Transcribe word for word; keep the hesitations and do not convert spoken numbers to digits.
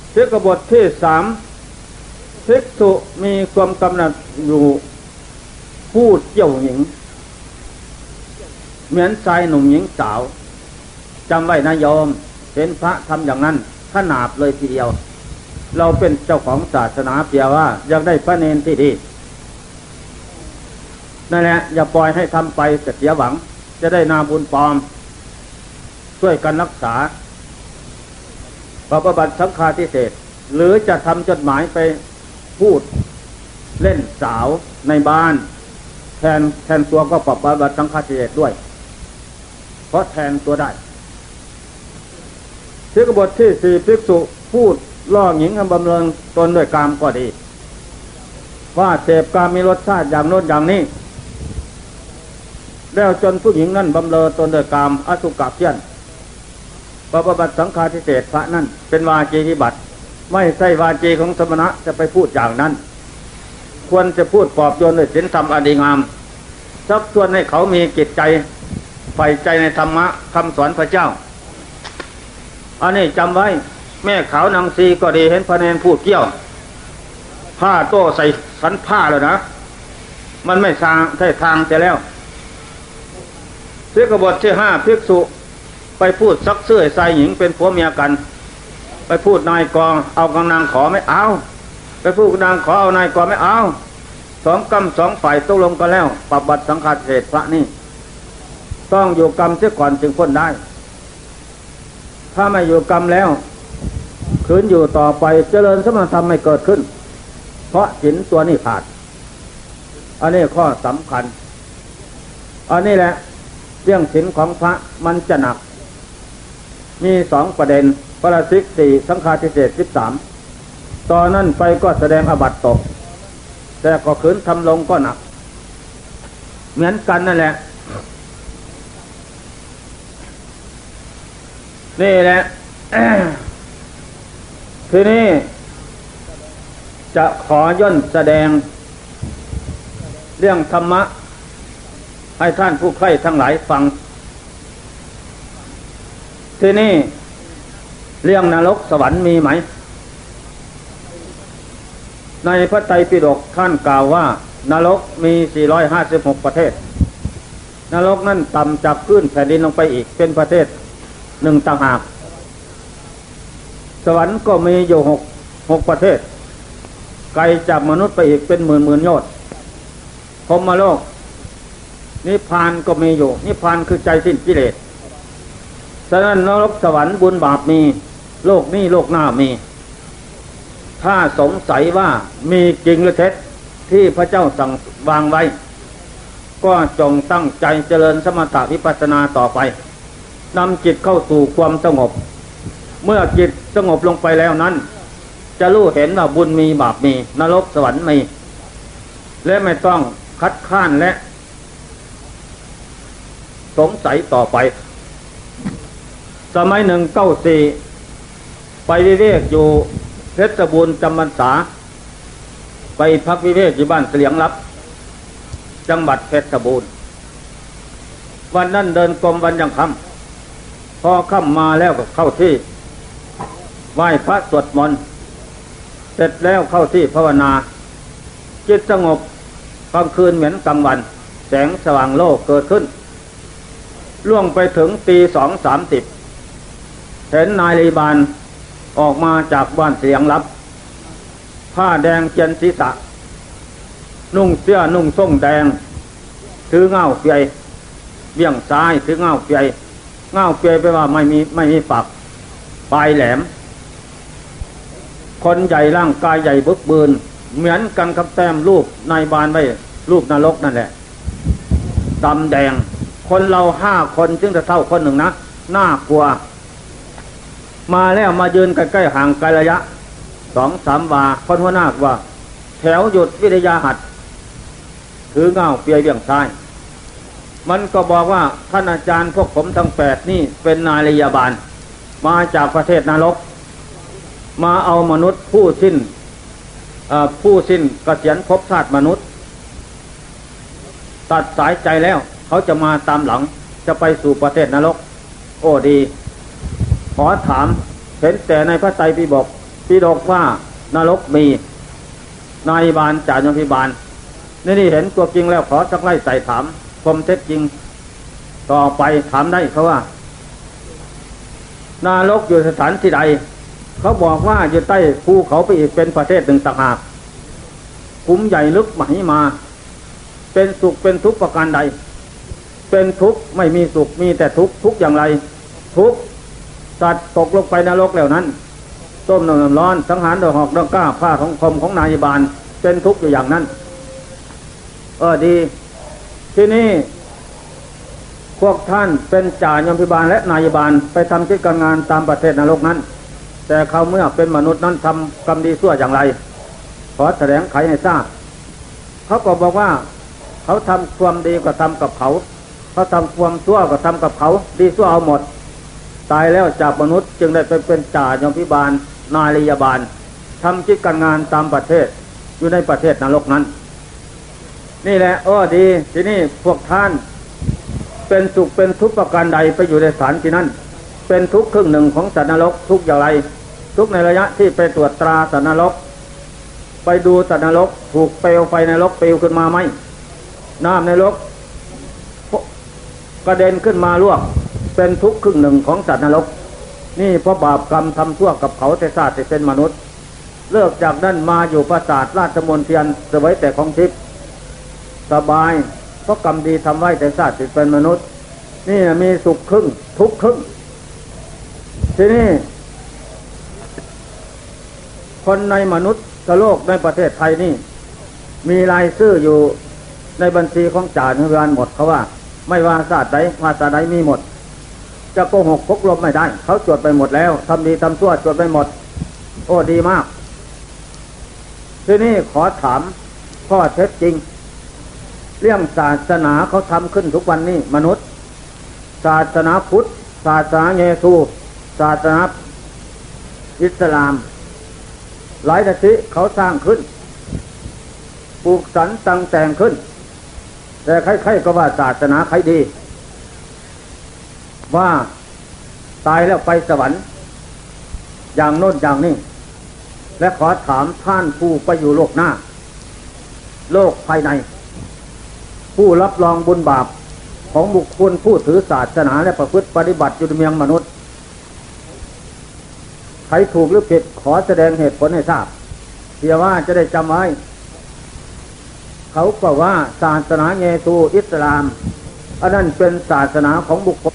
สิกบทที่สามภิกษุมีความกำหนัดอยู่พูดเกี่ยวหญิงเหมือนชายหนุ่มหญิงสาวจำไว้นะโยมเห็นพระทำอย่างนั้นขนาบเลยทีเดียวเราเป็นเจ้าของศาสนาเพียว่าอยากได้พระเนรที่ดีนั่นแหละอย่าปล่อยให้ทำไปจะเสียหวังจะได้นาบุญปลอมช่วยกันรักษาปฏิบัติสังฆาทิเศษหรือจะทำจดหมายไปพูดเล่นสาวในบ้านแทนแทนตัวก็ปฏิบัติสังฆาทิเศษด้วยเพราะแทนตัวได้สิกบทที่สี่ภิกษุพูดล่อหญิงบำเรอตนด้วยกามก็ดีว่าเสพกามมีรสชาติอย่างโน้นอย่างนี้แล้วจนผู้หญิงนั้นบำเรอตนด้วยกามอสุกะเพี้ยนปฏิบัติสังฆาทิเศษพระนั่นเป็นวาจีวิบัติไม่ใช่วาจีของสมณะจะไปพูดอย่างนั้นควรจะพูดปลอบโยนด้วยศีลธรรมอันดีงามชักชวนให้เขามีจิตใจใฝ่ใจในธรรมะคำสอนพระเจ้าอันนี้จำไว้แม่ขาวนางซีก็ดีเห็นพระเนรพูดเกี่ยวผ้าโต้ใส่สันผ้าแล้วนะมันไม่ทางใช่ทางจะแล้วสิกบทที่ห้าภิกษุไปพูดซักเสื้อใส่หญิงเป็นผัวเมียกันไปพูดนายกองเอากำนางขอไม่เอาไปพูดนางขอเอานายกองไม่เอาสองกรรมสองฝ่ายตกลงกันแล้วปฏิบัติสังฆาทิเศษพระนี่ต้องอยู่กรรมเสียก่อนจึงพ้นได้ถ้าไม่อยู่กรรมแล้วขืนอยู่ต่อไปเจริญสมณธรรมไม่เกิดขึ้นเพราะศีลตัวนี้ขาดอันนี้ข้อสำคัญอันนี้แหละเรื่องศีลของพระมันจะหนักมีสองประเด็นปาราชิกสี่สังฆาทิเศษสิบสามตอนนั้นไปก็แสดงอาบัติตกแต่ก็ขืนทำลงก็หนักเหมือนกันนั่นแหละนี่แหละ ทีนี้จะขอย่นแสดงเรื่องธรรมะให้ท่านผู้ใคร่ทั้งหลายฟังทีนี้เรื่องนรกสวรรค์มีไหมในพระไตรปิฎกท่านกล่าวว่านรกมีสี่ร้อยห้าสิบหกประเทศนรกนั้นต่ำจากพื้นแผ่นดินลงไปอีกเป็นประเทศหนึ่งต่างหากสวรรค์ก็มีอยู่หกหกประเทศไกลจากมนุษย์ไปอีกเป็นหมื่นหมื่นโยชน์พรหมโลกนิพพานก็มีอยู่นิพพานคือใจสิ้นกิเลสฉะนั้นนรกสวรรค์บุญบาปมีโลกนี้โลกหน้ามีถ้าสงสัยว่ามีจริงหรือเท็จที่พระเจ้าสั่งวางไว้ก็จงตั้งใจเจริญสมถะวิปัสสนาต่อไปนำจิตเข้าสู่ความสงบเมื่อจิตสงบลงไปแล้วนั้นจะรู้เห็นว่าบุญมีบาปมีนรกสวรรค์มีและไม่ต้องคัดค้านและสงสัยต่อไปสมัยหนึ่งเก้าสี่ไปวิเวกอยู่เพชรบูรณ์จำพรรษาไปพักวิเวกอยู่บ้านเสลียงลับจังหวัดเพชรบูรณ์วันนั้นเดินกรมวันยังค่ำพอค่ำมาแล้วก็เข้าที่ไหว้พระสวดมนต์เสร็จแล้วเข้าที่ภาวนาจิตสงบกลางคืนเหมือนกลางวันแสงสว่างโลกเกิดขึ้นล่วงไปถึงตีสองสามสิบเห็นนายลีบานออกมาจากบ้านเสียงลับผ้าแดงเจียนศีรษะนุ่งเสื้อนุ่งส้งแดงถือเง่าเปียเบี่ยงซ้ายถือเง่าเปียเง่าเปียไปว่าไม่มีไม่มีปักปลายแหลมคนใหญ่ร่างกายใหญ่บึกบืนเหมือนกันกับแต้มรูปนายบานไว้รูปนรกนั่นแหละดำแดงคนเราห้าคนจึงจะเท่าคนหนึ่งนะน่ากลัวมาแล้วมายืนใกล้ๆห่างไกลระยะสองสามวาคนหัวหน้าว่าแถวหยุดวิทยาหัดถือเงาเปียเบี่ยงซ้ายมันก็บอกว่าท่านอาจารย์พวกผมทั้งแปดนี่เป็นนายยาบาลมาจากประเทศนรกมาเอามนุษย์ผู้สิ้นผู้สิ้นเกษียณภพชาติมนุษย์ตัดสายใจแล้วเขาจะมาตามหลังจะไปสู่ประเทศนรกโอ้ดีขอถามเห็นแต่ในพระไตรปิฎกปิฎกว่านรกมีนายบาลจ่ายมพิบาลนี่นี่เห็นตัวจริงแล้วขอสักไล่ใส่ถามความเท็จจริงต่อไปถามได้เขาว่านรกอยู่สถานที่ใดเขาบอกว่าอยู่ใต้ภูเขาไปอีกเป็นประเทศหนึ่งต่างหากคุ้มใหญ่ลึกมหิมาเป็นสุขเป็นทุกข์ประการใดเป็นทุกข์ไม่มีสุขมีแต่ทุกข์ทุกข์อย่างไรทุกข์สัตว์ตกลงไปนรกแล้วนั้นต้มน้ำร้อนสังหารโดยหอกดอกก้าผ้าของคมของนายบาลเป็นทุกข์อยู่อย่างนั้นเออดีที่นี่พวกท่านเป็นจ่ายมพิบาลและนายบาลไปทำกิจการงานตามประเทศนรกนั้นแต่เขาเมื่อเป็นมนุษย์นั้นทำกรรมดีชั่วอย่างไรขอแสดงไขให้ทราบเขาก็บอกว่าเขาทำความดีก็ทำกับเขาเขาทำความชั่วก็ทำกับเขาดีชั่วเอาหมดตายแล้วจากมนุษย์จึงได้ไปเป็นจ่ายมพิบาลนายบาลทำกิจการงานตามประเทศอยู่ในประเทศนรกนั้นนี่แหละอ้อดีที่นี่พวกท่านเป็นสุขเป็นทุกข์ประการใดไปอยู่ในสถานที่นั้นเป็นทุกข์ครึ่งหนึ่งของสัตว์นรกทุกอย่างไรทุกในระยะที่ไปตรวจตราสัตว์นรกไปดูสัตว์นรกถูกเปลวไฟนรกเปลวขึ้นมาไหมน้ำในนรกกระเด็นขึ้นมาลวกเป็นทุกข์ครึ่งหนึ่งของสัตว์นรกนี่เพราะบาปกรรมทำชั่วกับเขาแต่ชาติเป็นมนุษย์เลิกจากนั้นมาอยู่ปราสาทราชมนเทียนเสวยแต่ของทิพย์สบายเพราะกรรมดีทำไว้แต่ชาติเป็นมนุษย์นี่มีสุขครึ่งทุกข์ครึ่งทีนี้คนในมนุษย์โลกในประเทศไทยนี่มีรายชื่ออยู่ในบัญชีของจ่าหน่วยงานหมดเขาว่าไม่ว่าศาสตร์ใดภาษาใดมีหมดจะโกหกพกลมไม่ได้เขาจดไปหมดแล้วทำดีทำชั่วจดไปหมดโอ้ดีมากทีนี้ขอถามข้อเท็จจริงเรื่องศาสนาเขาทำขึ้นทุกวันนี้มนุษย์ศาสนาพุทธศาสนาเยซูศาสนาอิสลามหลายทิศเขาสร้างขึ้นปลูกสรรตั้งแต่งขึ้นแต่ใครๆก็ว่าศาสนาใครดีว่าตายแล้วไปสวรรค์อย่างโน้นอย่างนี้และขอถามท่านผู้ไปอยู่โลกหน้าโลกภายในผู้รับรองบุญบาปของบุคคลผู้ถือศาสนาและประพฤติปฏิบัติอยู่ในเมืองมนุษย์ใครถูกหรือผิดขอแสดงเหตุผลให้ทราบเพื่อว่าจะได้จำไว้เขาก็ว่าศาสนาเยซูอิสลามอันนั้นเป็นศาสนาของบุคคล